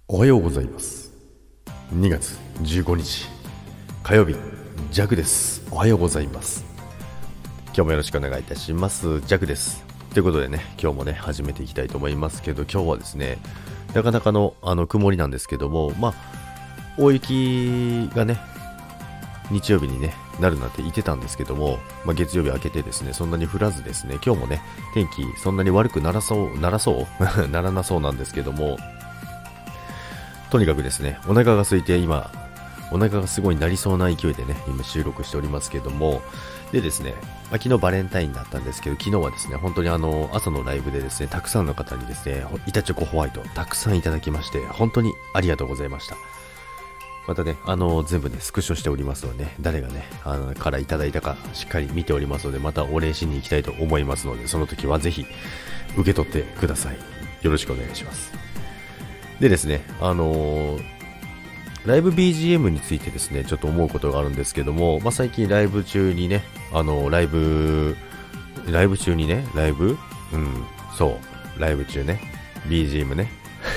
おはようございます。2月15日火曜日、ジャクです。おはようございます。今日もよろしくお願いいたします。ジャクです。ということでね、今日もね始めていきたいと思いますけど、今日はですねなかなかの曇りなんですけども、大雪がね日曜日にねなるなんて言ってたんですけども、月曜日明けてですねそんなに降らずですね、今日もね天気そんなに悪くならならなそうなんですけども、とにかくですねお腹が空いて今お腹がすごいなりそうな勢いでね今収録しておりますけども、でですね、昨日バレンタインだったんですけど、昨日はですね本当に朝のライブでですねたくさんの方にですね板チョコホワイトたくさんいただきまして、本当にありがとうございました。またね全部ねスクショしておりますので、ね、誰がねからいただいたかしっかり見ておりますので、またお礼しに行きたいと思いますので、その時はぜひ受け取ってください。よろしくお願いします。でですねライブ BGM についてですねちょっと思うことがあるんですけども、最近ライブ中にねライブ中ね BGM ね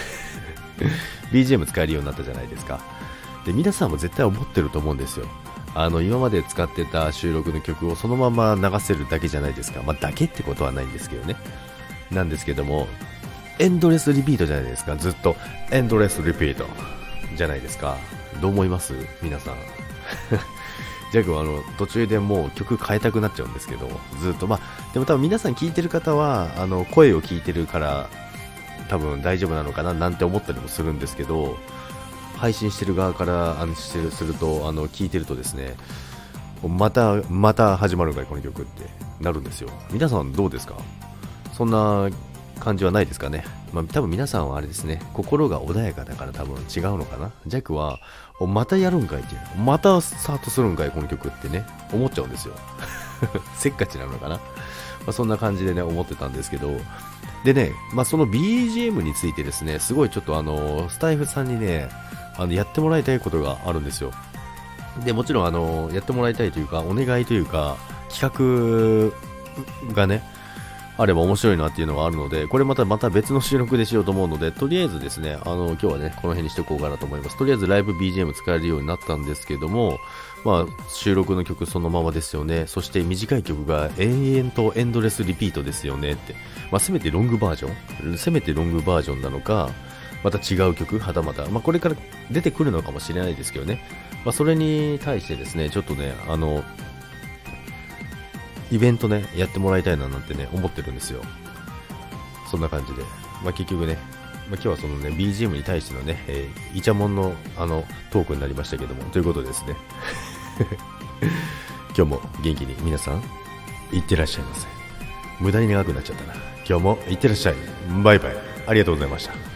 BGM 使えるようになったじゃないですか。で皆さんも絶対思ってると思うんですよ。今まで使ってた収録の曲をそのまま流せるだけじゃないですか。だけってことはないんですけどね、なんですけどもエンドレスリピートじゃないですか。ずっとエンドレスリピートじゃないですか。どう思います皆さんジャグは途中でもう曲変えたくなっちゃうんですけど、ずっとでも多分皆さん聞いてる方は声を聞いてるから多分大丈夫なのかななんて思ったりもするんですけど、配信してる側からすると聞いてるとですねまた始まるんかいこの曲ってなるんですよ。皆さんどうですか？そんな感じはないですかね。多分皆さんはあれですね、心が穏やかだから多分違うのかな。ジャックはまたやるんかいっていう、またスタートするんかいこの曲ってね思っちゃうんですよせっかちなのかな。そんな感じでね思ってたんですけど、でねその BGM についてですねすごいちょっとスタイフさんにねやってもらいたいことがあるんですよ。でもちろんやってもらいたいというかお願いというか企画がねあれば面白いなっていうのがあるので、これまた別の収録でしようと思うので、とりあえずですね今日はねこの辺にしておこうかなと思います。とりあえずライブ BGM 使えるようになったんですけども、収録の曲そのままですよね。そして短い曲が延々とエンドレスリピートですよねって、せめてロングバージョンなのか、また違う曲はたまた、これから出てくるのかもしれないですけどね、それに対してですねちょっとねイベントねやってもらいたいななんてね思ってるんですよ。そんな感じで、結局ね、今日はそのね BGM に対してのね、イチャモンのトークになりましたけども、ということでですね今日も元気に皆さんいってらっしゃいませ。無駄に長くなっちゃったな。今日もいってらっしゃい。バイバイ。ありがとうございました。